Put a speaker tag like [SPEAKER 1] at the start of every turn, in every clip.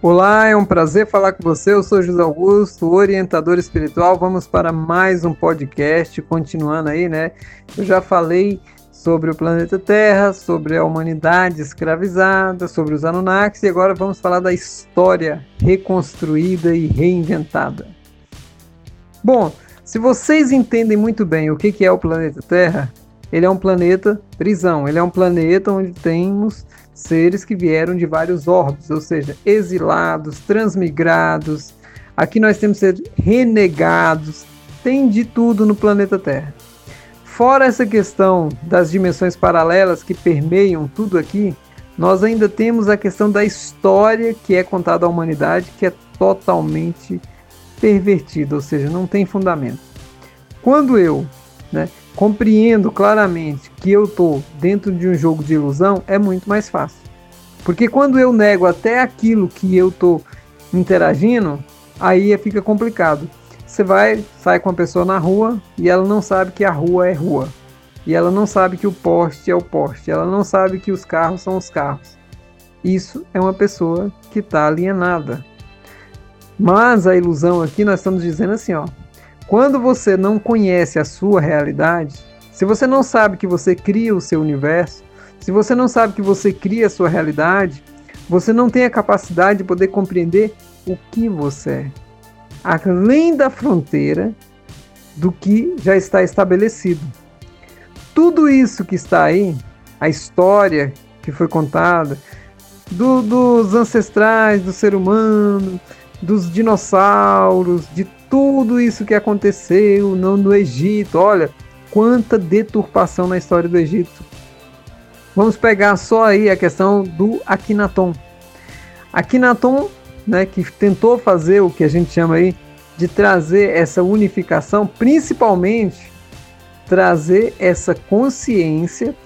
[SPEAKER 1] Olá, é um prazer falar com você. Eu sou José Augusto, orientador espiritual. Vamos para mais um podcast, continuando aí, né? Eu já falei sobre o planeta Terra, sobre a humanidade escravizada, sobre os Anunnakis e agora vamos falar da história reconstruída e reinventada. Bom, se vocês entendem muito bem o que é o planeta Terra, ele é um planeta prisão, ele é um planeta onde temos seres que vieram de vários orbes, ou seja, exilados, transmigrados. Aqui nós temos seres renegados, tem de tudo no planeta Terra. Fora essa questão das dimensões paralelas que permeiam tudo aqui, nós ainda temos a questão da história que é contada à humanidade, que é totalmente pervertida, ou seja, não tem fundamento. Quando eu, compreendo claramente que eu estou dentro de um jogo de ilusão, é muito mais fácil. Porque quando eu nego até aquilo que eu estou interagindo, aí fica complicado. Você sai com uma pessoa na rua e ela não sabe que a rua é rua. E ela não sabe que o poste é o poste. Ela não sabe que os carros são os carros. Isso é uma pessoa que está alienada. Mas a ilusão aqui, nós estamos dizendo assim, quando você não conhece a sua realidade, se você não sabe que você cria o seu universo, se você não sabe que você cria a sua realidade, você não tem a capacidade de poder compreender o que você é, além da fronteira do que já está estabelecido. Tudo isso que está aí, a história que foi contada, dos ancestrais do ser humano, dos dinossauros, de tudo isso que aconteceu no Egito. Olha, quanta deturpação na história do Egito. Vamos pegar só aí a questão do Akhenaton. Akhenaton, que tentou fazer o que a gente chama aí de trazer essa unificação, principalmente trazer essa consciência,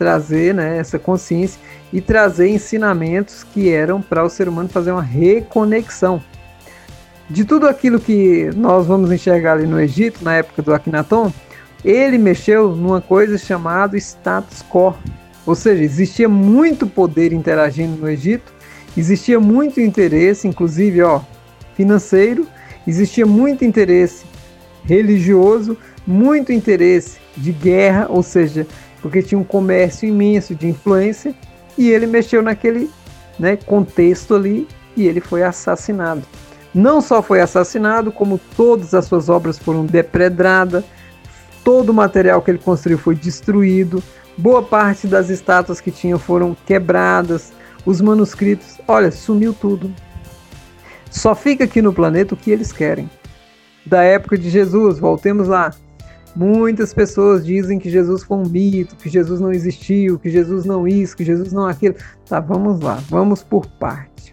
[SPEAKER 1] e trazer ensinamentos que eram para o ser humano fazer uma reconexão. De tudo aquilo que nós vamos enxergar ali no Egito, na época do Akhenaton, ele mexeu numa coisa chamada status quo. Ou seja, existia muito poder interagindo no Egito, existia muito interesse, inclusive financeiro, existia muito interesse religioso, muito interesse de guerra, ou seja, porque tinha um comércio imenso de influência, e ele mexeu naquele contexto ali e ele foi assassinado. Não só foi assassinado, como todas as suas obras foram depredadas, todo o material que ele construiu foi destruído, boa parte das estátuas que tinha foram quebradas, os manuscritos, sumiu tudo. Só fica aqui no planeta o que eles querem. Da época de Jesus, voltemos lá. Muitas pessoas dizem que Jesus foi um mito, que Jesus não existiu, que Jesus não isso, que Jesus não aquilo. Tá, vamos lá, vamos por parte.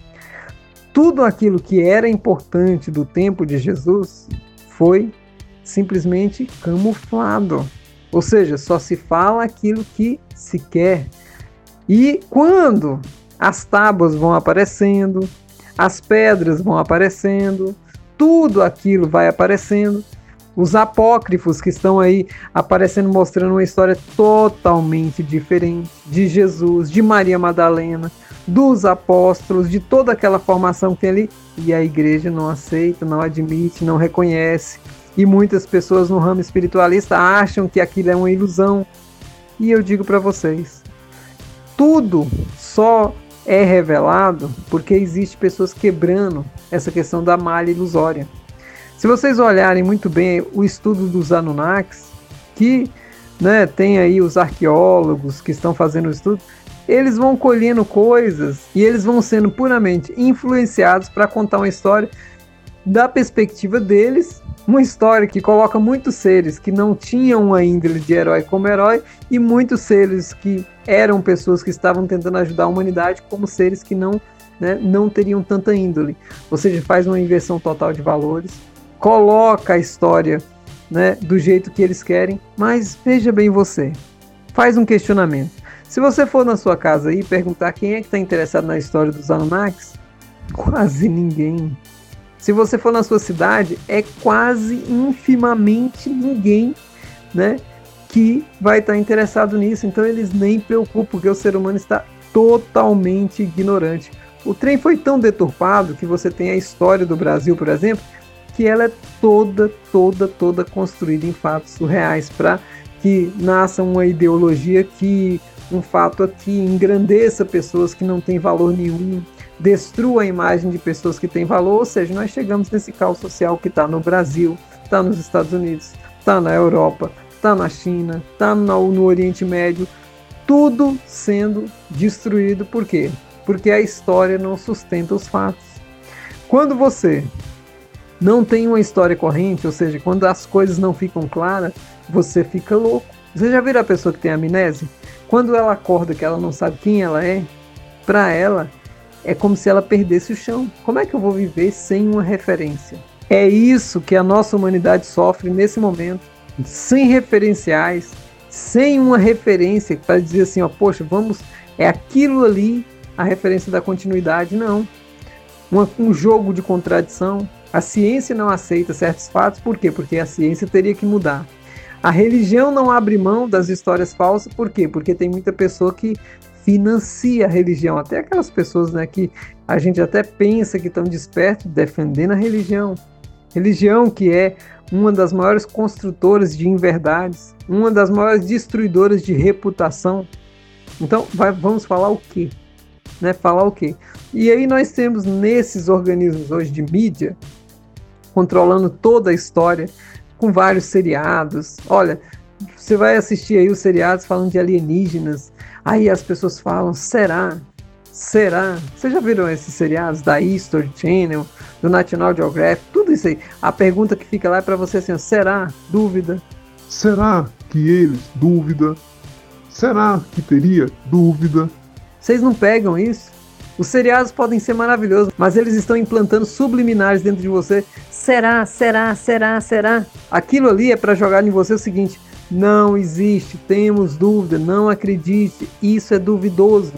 [SPEAKER 1] Tudo aquilo que era importante do tempo de Jesus foi simplesmente camuflado. Ou seja, só se fala aquilo que se quer. E quando as tábuas vão aparecendo, as pedras vão aparecendo, tudo aquilo vai aparecendo, os apócrifos que estão aí aparecendo, mostrando uma história totalmente diferente de Jesus, de Maria Madalena, dos apóstolos, de toda aquela formação que tem ali, e a igreja não aceita, não admite, não reconhece, e muitas pessoas no ramo espiritualista acham que aquilo é uma ilusão. E eu digo para vocês, tudo só é revelado porque existe pessoas quebrando essa questão da malha ilusória. Se vocês olharem muito bem o estudo dos Anunnakis, que tem aí os arqueólogos que estão fazendo o estudo, eles vão colhendo coisas e eles vão sendo puramente influenciados para contar uma história da perspectiva deles, uma história que coloca muitos seres que não tinham uma índole de herói como herói e muitos seres que eram pessoas que estavam tentando ajudar a humanidade como seres que não teriam tanta índole. Ou seja, faz uma inversão total de valores, coloca a história do jeito que eles querem, mas veja bem você, faz um questionamento. Se você for na sua casa e perguntar quem é que está interessado na história dos Anunnakis, quase ninguém. Se você for na sua cidade, é quase infimamente ninguém, que vai estar interessado nisso. Então eles nem preocupam, porque o ser humano está totalmente ignorante. O trem foi tão deturpado que você tem a história do Brasil, por exemplo, que ela é toda construída em fatos surreais para que nasça uma ideologia que um fato aqui engrandeça pessoas que não têm valor nenhum, destrua a imagem de pessoas que têm valor, ou seja, nós chegamos nesse caos social que está no Brasil, está nos Estados Unidos, está na Europa, está na China, está no Oriente Médio, tudo sendo destruído. Por quê? Porque a história não sustenta os fatos. Quando você não tem uma história corrente, ou seja, quando as coisas não ficam claras, você fica louco. Você já viu a pessoa que tem amnésia? Quando ela acorda que ela não sabe quem ela é, para ela é como se ela perdesse o chão. Como é que eu vou viver sem uma referência? É isso que a nossa humanidade sofre nesse momento, sem referenciais, sem uma referência para dizer assim, ó, poxa, vamos, é aquilo ali a referência da continuidade. Não. Um jogo de contradição. A ciência não aceita certos fatos, por quê? Porque a ciência teria que mudar. A religião não abre mão das histórias falsas, por quê? Porque tem muita pessoa que financia a religião, até aquelas pessoas, né, que a gente até pensa que estão despertos defendendo a religião. Religião que é uma das maiores construtoras de inverdades, uma das maiores destruidoras de reputação. Então, vamos falar o quê? Né? Falar o quê? E aí nós temos nesses organismos hoje de mídia, controlando toda a história, com vários seriados. Olha, você vai assistir aí os seriados falando de alienígenas, aí as pessoas falam, será? Será? Vocês já viram esses seriados da History Channel, do National Geographic, tudo isso aí? A pergunta que fica lá é para você assim, será? Dúvida.
[SPEAKER 2] Será que eles? Dúvida. Será que teria? Dúvida.
[SPEAKER 1] Vocês não pegam isso? Os seriados podem ser maravilhosos, mas eles estão implantando subliminares dentro de você. Será? Será? Será? Será? Aquilo ali é para jogar em você o seguinte, não existe, temos dúvida, não acredite, isso é duvidoso.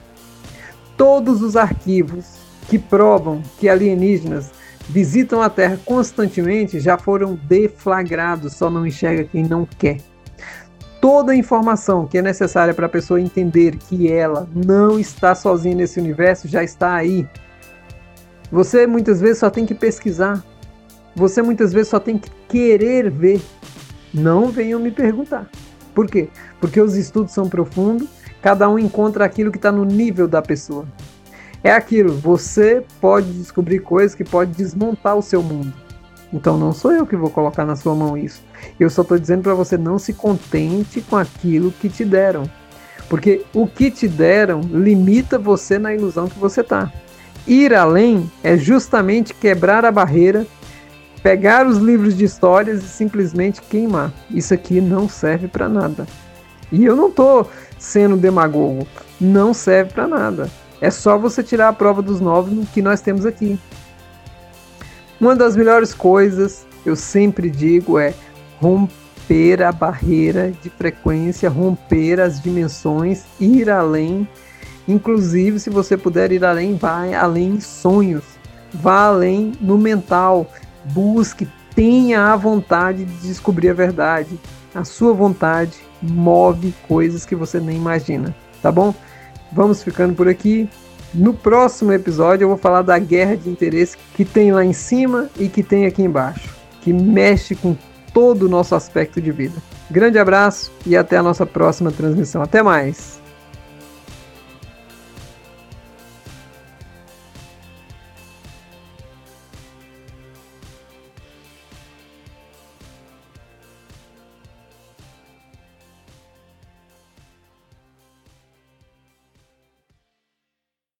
[SPEAKER 1] Todos os arquivos que provam que alienígenas visitam a Terra constantemente já foram deflagrados, só não enxerga quem não quer. Toda a informação que é necessária para a pessoa entender que ela não está sozinha nesse universo já está aí. Você muitas vezes só tem que pesquisar. Você muitas vezes só tem que querer ver. Não venham me perguntar. Por quê? Porque os estudos são profundos, cada um encontra aquilo que está no nível da pessoa. É aquilo, você pode descobrir coisas que podem desmontar o seu mundo. Então não sou eu que vou colocar na sua mão isso. Eu só estou dizendo para você não se contente com aquilo que te deram. Porque o que te deram limita você na ilusão que você está. Ir além é justamente quebrar a barreira, pegar os livros de histórias e simplesmente queimar. Isso aqui não serve para nada. E eu não estou sendo demagogo. Não serve para nada. É só você tirar a prova dos 9 que nós temos aqui. Uma das melhores coisas, eu sempre digo, é romper a barreira de frequência, romper as dimensões, ir além. Inclusive, se você puder ir além, vai além em sonhos, vá além no mental, busque, tenha a vontade de descobrir a verdade. A sua vontade move coisas que você nem imagina, tá bom? Vamos ficando por aqui. No próximo episódio eu vou falar da guerra de interesse que tem lá em cima e que tem aqui embaixo, que mexe com todo o nosso aspecto de vida. Grande abraço e até a nossa próxima transmissão. Até mais!